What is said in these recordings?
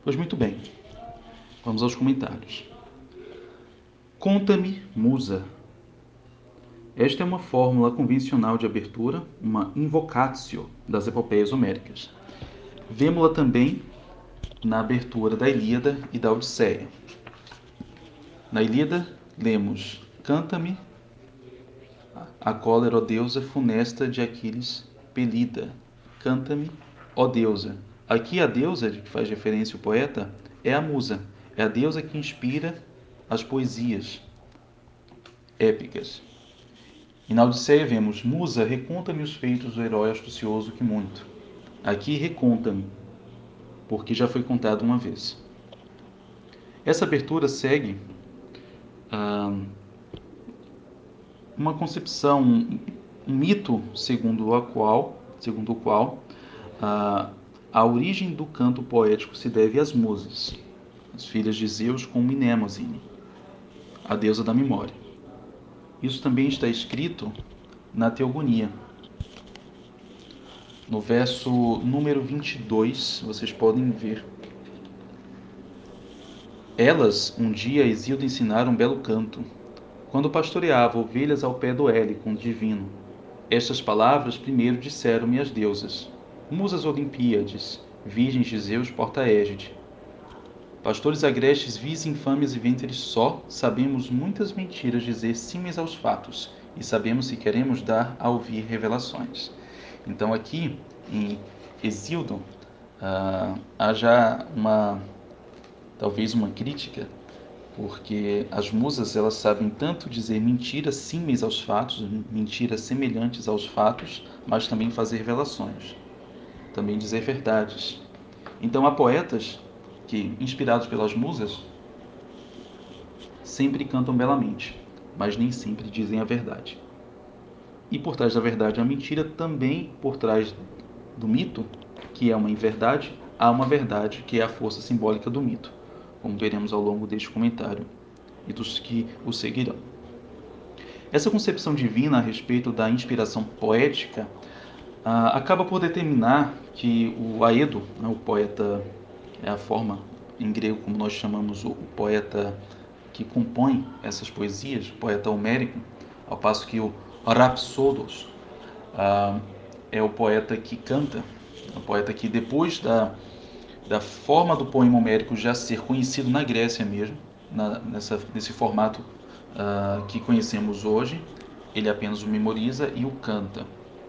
Pois muito bem, vamos aos comentários. Conta-me, musa. Esta é uma fórmula convencional de abertura, uma invocatio das epopeias homéricas. Vemo-la também na abertura da Ilíada e da Odisseia. Na Ilíada, lemos: Canta-me a cólera, ó deusa funesta de Aquiles pelida. Canta-me, ó deusa. Aqui a deusa de que faz referência o poeta é a musa. É a deusa que inspira as poesias épicas. E na Odisseia vemos: Musa, reconta-me os feitos do herói astucioso que muito. Aqui reconta-me, porque já foi contado uma vez. Essa abertura segue uma concepção, um mito segundo o qual a origem do canto poético se deve às musas, as filhas de Zeus com Mnemosine, a deusa da memória. Isso também está escrito na Teogonia. No verso número 22, vocês podem ver. Elas um dia a Hesíodo ensinaram um belo canto, quando pastoreava ovelhas ao pé do Hélicon divino. Estas palavras primeiro disseram-me as deusas, musas Olimpíades, virgens de Zeus porta-égide. Pastores agrestes, vis infames e ventres só, sabemos muitas mentiras dizer símeis aos fatos, e sabemos se queremos dar a ouvir revelações. Então aqui, em Hesíodo, há já talvez uma crítica, porque as musas elas sabem tanto dizer mentiras símeis aos fatos, mentiras semelhantes aos fatos, mas também fazer revelações, também dizer verdades. Então há poetas que, inspirados pelas musas, sempre cantam belamente, mas nem sempre dizem a verdade. E por trás da verdade a mentira, também por trás do mito, que é uma inverdade, há uma verdade que é a força simbólica do mito, como veremos ao longo deste comentário e dos que o seguirão. Essa concepção divina a respeito da inspiração poética acaba por determinar que o Aedo, o poeta, é a forma em grego como nós chamamos o poeta que compõe essas poesias, o poeta homérico, ao passo que o Rapsodos é o poeta que canta, o poeta que depois da forma do poema homérico já ser conhecido na Grécia mesmo, nesse formato que conhecemos hoje, ele apenas o memoriza e o canta.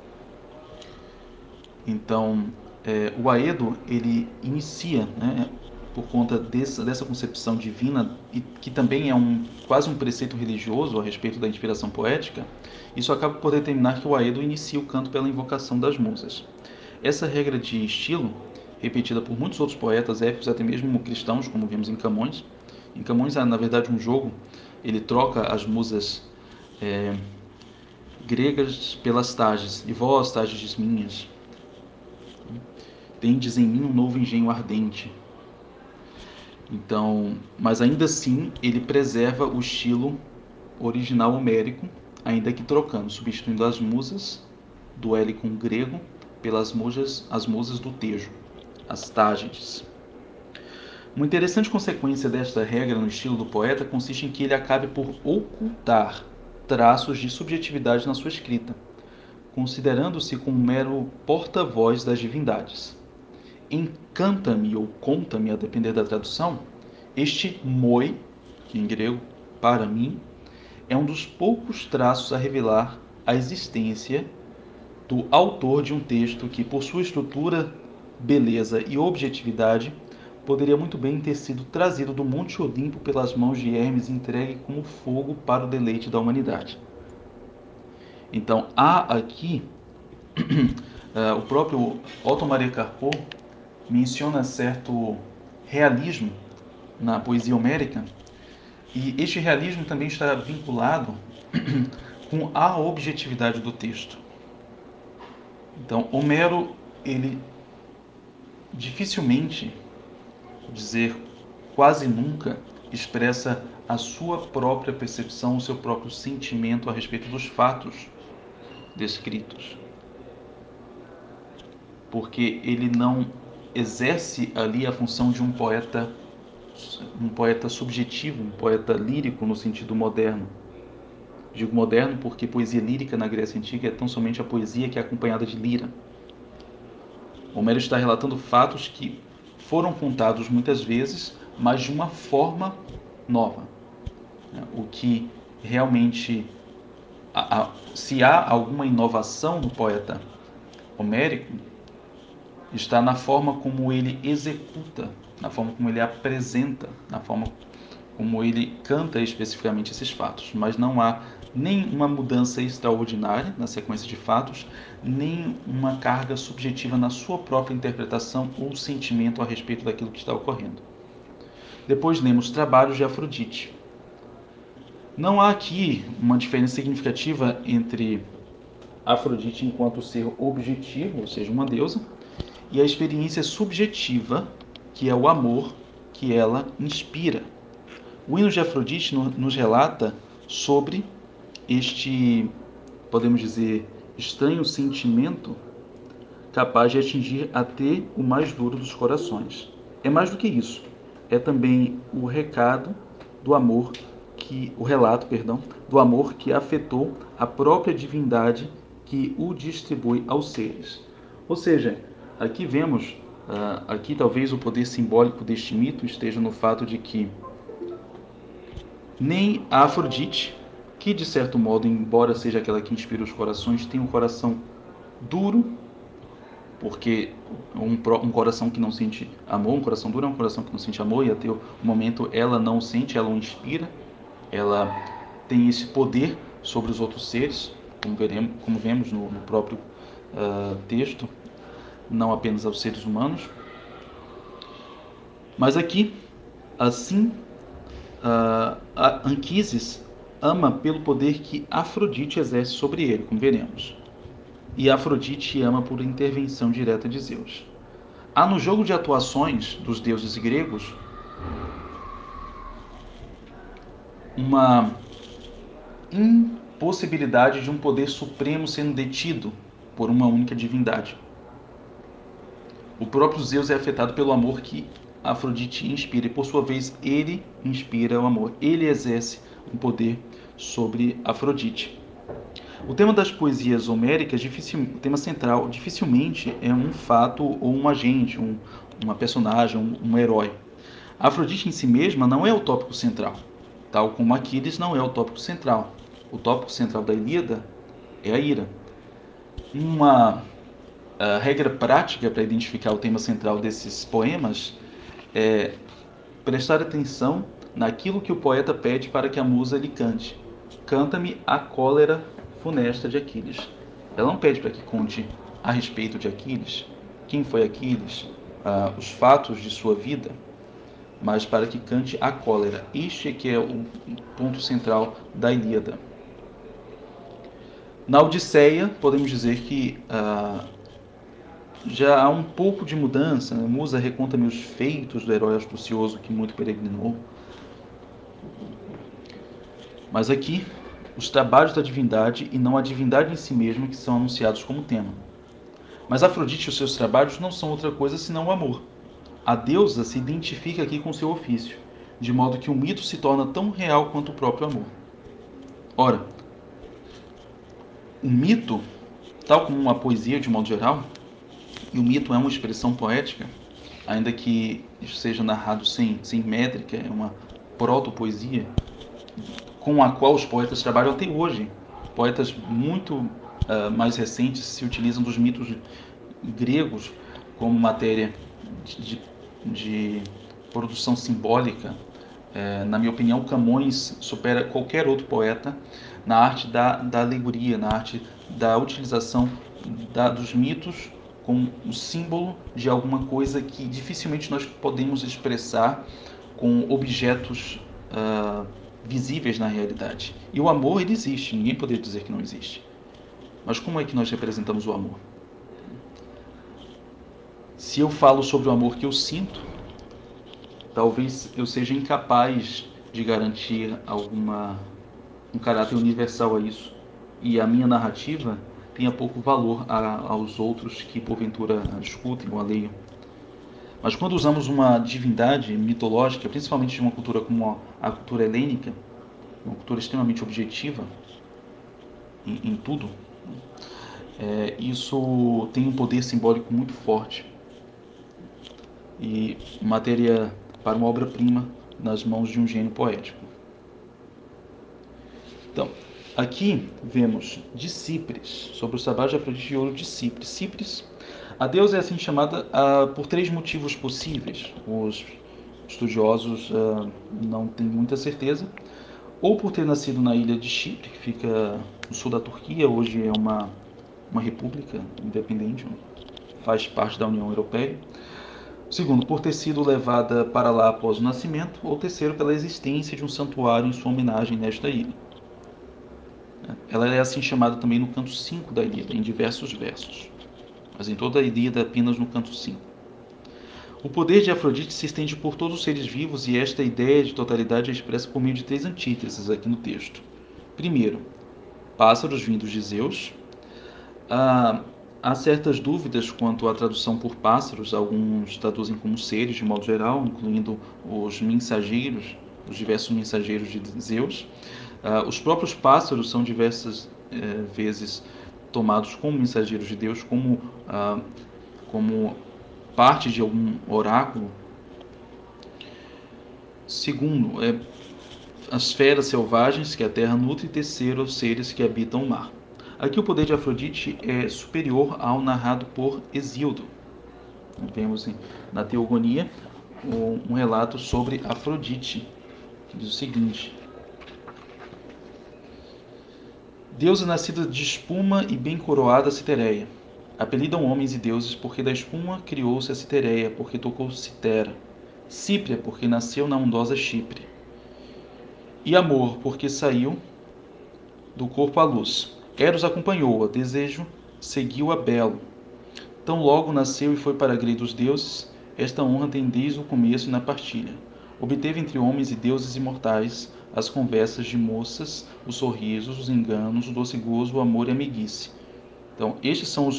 Então, o Aedo, ele inicia, né, por conta dessa concepção divina, e que também é quase um preceito religioso a respeito da inspiração poética, isso acaba por determinar que o Aedo inicia o canto pela invocação das musas. Essa regra de estilo, repetida por muitos outros poetas épicos, até mesmo cristãos, como vimos em Camões. Em Camões há, na verdade, um jogo, ele troca as musas gregas pelas tages, e vós, tages minhas, tendes em mim um novo engenho ardente. Então, mas ainda assim, ele preserva o estilo original homérico, ainda que trocando, substituindo as musas do Hélicon grego pelas as musas do Tejo, as Tágides. Uma interessante consequência desta regra no estilo do poeta consiste em que ele acabe por ocultar traços de subjetividade na sua escrita, considerando-se como um mero porta-voz das divindades. Encanta-me ou conta-me, a depender da tradução, este moi, que em grego para mim, é um dos poucos traços a revelar a existência do autor de um texto que, por sua estrutura, beleza e objetividade, poderia muito bem ter sido trazido do Monte Olimpo pelas mãos de Hermes e entregue como fogo para o deleite da humanidade. Então, há aqui, o próprio Otto Maria Carpo menciona certo realismo na poesia homérica, e este realismo também está vinculado com a objetividade do texto. Então, Homero, ele dificilmente, dizer quase nunca, expressa a sua própria percepção, o seu próprio sentimento a respeito dos fatos descritos. Porque ele não exerce ali a função de um poeta subjetivo, um poeta lírico no sentido moderno. Digo moderno porque poesia lírica na Grécia Antiga é tão somente a poesia que é acompanhada de lira. Homero está relatando fatos que foram contados muitas vezes, mas de uma forma nova. O que realmente, se há alguma inovação no poeta homérico, está na forma como ele executa, na forma como ele apresenta, na forma como ele canta especificamente esses fatos. Mas não há nem uma mudança extraordinária na sequência de fatos, nem uma carga subjetiva na sua própria interpretação ou sentimento a respeito daquilo que está ocorrendo. Depois lemos Trabalhos de Afrodite. Não há aqui uma diferença significativa entre Afrodite enquanto ser objetivo, ou seja, uma deusa, e a experiência subjetiva, que é o amor que ela inspira. O hino de Afrodite nos relata sobre este, podemos dizer, estranho sentimento capaz de atingir até o mais duro dos corações. É mais do que isso. É também o recado do amor o relato, do amor que afetou a própria divindade que o distribui aos seres. Ou seja, aqui vemos, aqui talvez o poder simbólico deste mito esteja no fato de que nem a Afrodite, que de certo modo, embora seja aquela que inspira os corações, tem um coração duro, porque um coração que não sente amor, um coração duro é um coração que não sente amor, e até o momento ela não sente, ela o inspira, ela tem esse poder sobre os outros seres, como vemos no próprio texto, não apenas aos seres humanos. Mas aqui, assim, Anquises ama pelo poder que Afrodite exerce sobre ele, como veremos. E Afrodite ama por intervenção direta de Zeus. Há no jogo de atuações dos deuses gregos uma impossibilidade de um poder supremo sendo detido por uma única divindade. O próprio Zeus é afetado pelo amor que Afrodite inspira, e por sua vez ele inspira o amor. Ele exerce um poder sobre Afrodite. O tema das poesias homéricas, o tema central, dificilmente é um fato ou um agente, uma personagem, um herói. A Afrodite em si mesma não é o tópico central, tal como Aquiles não é o tópico central. O tópico central da Ilíada é a ira. Uma regra prática para identificar o tema central desses poemas é prestar atenção naquilo que o poeta pede para que a musa lhe cante. Canta-me a cólera funesta de Aquiles. Ela não pede para que conte a respeito de Aquiles, quem foi Aquiles, os fatos de sua vida, mas para que cante a cólera. Este é que é o ponto central da Ilíada. Na Odisseia, podemos dizer que já há um pouco de mudança. A musa reconta-me os feitos do herói astucioso que muito peregrinou. Mas aqui, os trabalhos da divindade e não a divindade em si mesma que são anunciados como tema. Mas Afrodite e os seus trabalhos não são outra coisa senão o amor. A deusa se identifica aqui com seu ofício, de modo que o mito se torna tão real quanto o próprio amor. Ora, o mito, tal como uma poesia de modo geral, e o mito é uma expressão poética, ainda que seja narrado sem métrica, é uma proto-poesia, com a qual os poetas trabalham até hoje. Poetas muito mais recentes se utilizam dos mitos gregos como matéria de produção simbólica. Na minha opinião, Camões supera qualquer outro poeta na arte da alegoria, na arte da utilização dos mitos como um símbolo de alguma coisa que dificilmente nós podemos expressar com objetos visíveis na realidade. E o amor, ele existe, ninguém poderia dizer que não existe. Mas como é que nós representamos o amor? Se eu falo sobre o amor que eu sinto, talvez eu seja incapaz de garantir um caráter universal a isso. E a minha narrativa tenha pouco valor aos outros que porventura discutem ou aleiam. Mas quando usamos uma divindade mitológica, principalmente de uma cultura como a cultura helênica, uma cultura extremamente objetiva em tudo, isso tem um poder simbólico muito forte e matéria para uma obra-prima nas mãos de um gênio poético. Então, aqui vemos de Cipres, sobre o sabá de Afrodite de ouro de Cipres. Cipres, a deusa é assim chamada por três motivos possíveis. Os estudiosos não têm muita certeza. Ou por ter nascido na ilha de Chipre, que fica no sul da Turquia, hoje é uma república independente, faz parte da União Europeia. Segundo, por ter sido levada para lá após o nascimento. Ou terceiro, pela existência de um santuário em sua homenagem nesta ilha. Ela é assim chamada também no canto 5 da Ilíada, em diversos versos, mas em toda a Ilíada apenas no canto 5. O poder de Afrodite se estende por todos os seres vivos e esta ideia de totalidade é expressa por meio de três antíteses aqui no texto. Primeiro, pássaros vindos de Zeus. Há certas dúvidas quanto à tradução por pássaros, alguns traduzem como seres de modo geral, incluindo os mensageiros, os diversos mensageiros de Zeus. Os próprios pássaros são diversas vezes tomados como mensageiros de Deus, como parte de algum oráculo. Segundo, as feras selvagens que a terra nutre, e terceiro, os seres que habitam o mar. Aqui o poder de Afrodite é superior ao narrado por Hesíodo. Vemos na Teogonia um relato sobre Afrodite, que diz o seguinte: deusa nascida de espuma e bem coroada Citereia. Apelidam homens e deuses porque da espuma criou-se a Citereia, porque tocou Citera. Cípria, porque nasceu na ondosa Chipre. E amor, porque saiu do corpo à luz. Eros acompanhou-a, desejo seguiu-a belo. Tão logo nasceu e foi para a grei dos deuses, esta honra tem desde o começo e na partilha. Obteve entre homens e deuses imortais as conversas de moças, os sorrisos, os enganos, o doce gozo, o amor e a meiguice. Então, estes são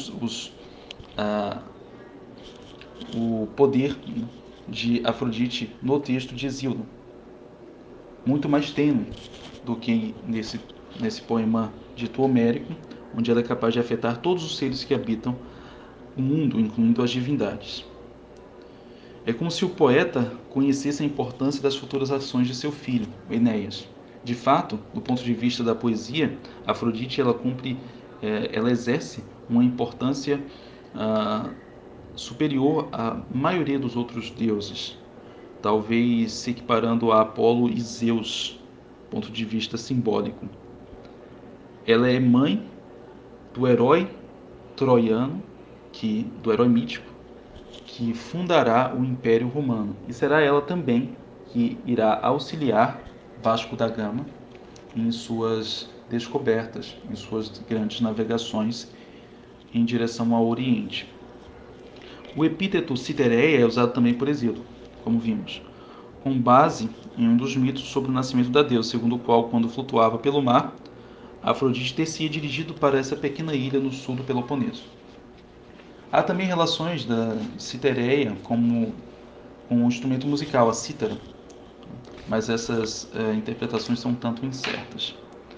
o poder de Afrodite no texto de Hesíodo. Muito mais tênue do que nesse poema dito homérico, onde ela é capaz de afetar todos os seres que habitam o mundo, incluindo as divindades. É como se o poeta conhecesse a importância das futuras ações de seu filho, Enéas. De fato, do ponto de vista da poesia, Afrodite ela exerce uma importância superior à maioria dos outros deuses, talvez se equiparando a Apolo e Zeus, do ponto de vista simbólico. Ela é mãe do herói troiano, do herói mítico, que fundará o Império Romano. E será ela também que irá auxiliar Vasco da Gama em suas descobertas, em suas grandes navegações em direção ao Oriente. O epíteto Citereia é usado também por Hesíodo, como vimos, com base em um dos mitos sobre o nascimento da deusa, segundo o qual, quando flutuava pelo mar, Afrodite tecia dirigido para essa pequena ilha no sul do Peloponeso. Há também relações da Citereia com um instrumento musical, a cítara, mas essas interpretações são um tanto incertas.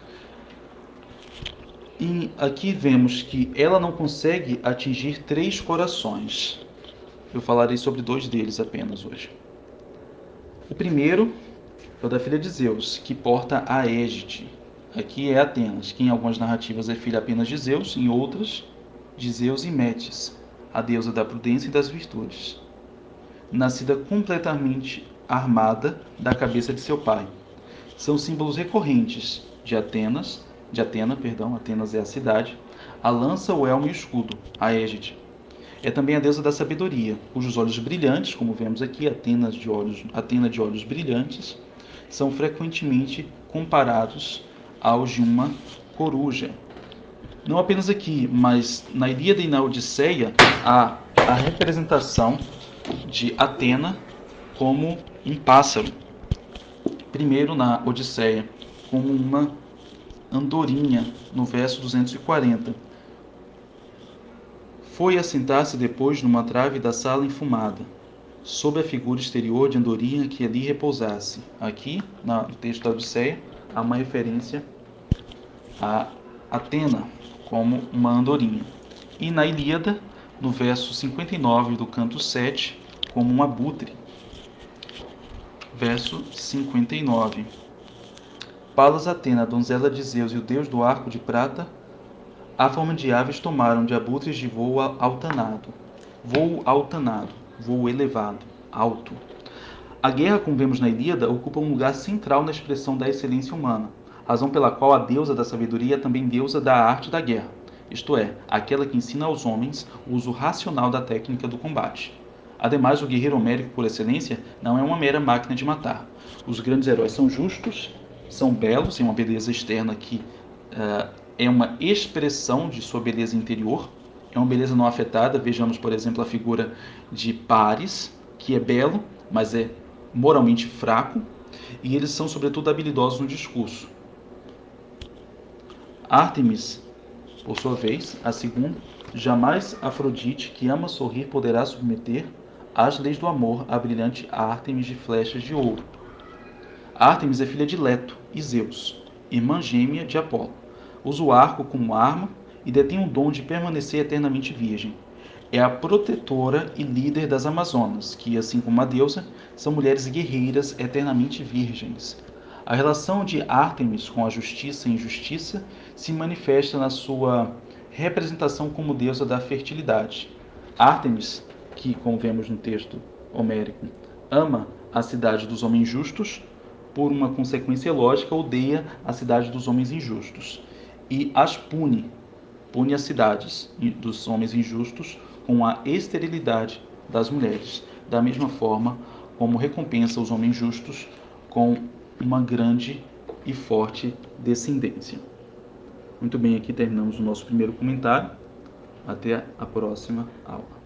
E aqui vemos que ela não consegue atingir 3 corações. Eu falarei sobre 2 deles apenas hoje. O primeiro é o da filha de Zeus, que porta a égide. Aqui é Atenas, que em algumas narrativas é filha apenas de Zeus, em outras de Zeus e Metis, a deusa da prudência e das virtudes. Nascida completamente armada da cabeça de seu pai. São símbolos recorrentes de Atena, Atenas é a cidade, a lança, o elmo e o escudo, a égide. É também a deusa da sabedoria, cujos olhos brilhantes, como vemos aqui, Atena de olhos brilhantes, são frequentemente comparados aos de uma coruja. Não apenas aqui, mas na Ilíada e na Odisseia, há a representação de Atena como um pássaro. Primeiro na Odisseia, como uma andorinha, no verso 240. Foi assentar-se depois numa trave da sala enfumada. sob a figura exterior de andorinha que ali repousasse. Aqui, no texto da Odisseia, há uma referência a Atena como uma andorinha. E na Ilíada, no verso 59 do canto 7, como um abutre. Verso 59. Palas Atena, donzela de Zeus e o deus do arco de prata, a forma de aves tomaram de abutres de voo altanado. Voo altanado, voo elevado, alto. A guerra, como vemos na Ilíada, ocupa um lugar central na expressão da excelência humana, razão pela qual a deusa da sabedoria é também deusa da arte da guerra, isto é, aquela que ensina aos homens o uso racional da técnica do combate. Ademais, o guerreiro homérico por excelência não é uma mera máquina de matar. Os grandes heróis são justos, são belos, têm uma beleza externa que é uma expressão de sua beleza interior, é uma beleza não afetada. Vejamos, por exemplo, a figura de Paris, que é belo, mas é moralmente fraco, e eles são, sobretudo, habilidosos no discurso. Ártemis, por sua vez, a segunda, jamais Afrodite, que ama sorrir, poderá submeter às leis do amor a brilhante Ártemis de flechas de ouro. Ártemis é filha de Leto e Zeus, irmã gêmea de Apolo. Usa o arco como arma e detém o dom de permanecer eternamente virgem. É a protetora e líder das Amazonas, que, assim como a deusa, são mulheres guerreiras eternamente virgens. A relação de Ártemis com a justiça e injustiça se manifesta na sua representação como deusa da fertilidade. Ártemis, que, como vemos no texto homérico, ama a cidade dos homens justos, por uma consequência lógica, odeia a cidade dos homens injustos e as pune as cidades dos homens injustos com a esterilidade das mulheres, da mesma forma como recompensa os homens justos com uma grande e forte descendência. Muito bem, aqui terminamos o nosso primeiro comentário. Até a próxima aula.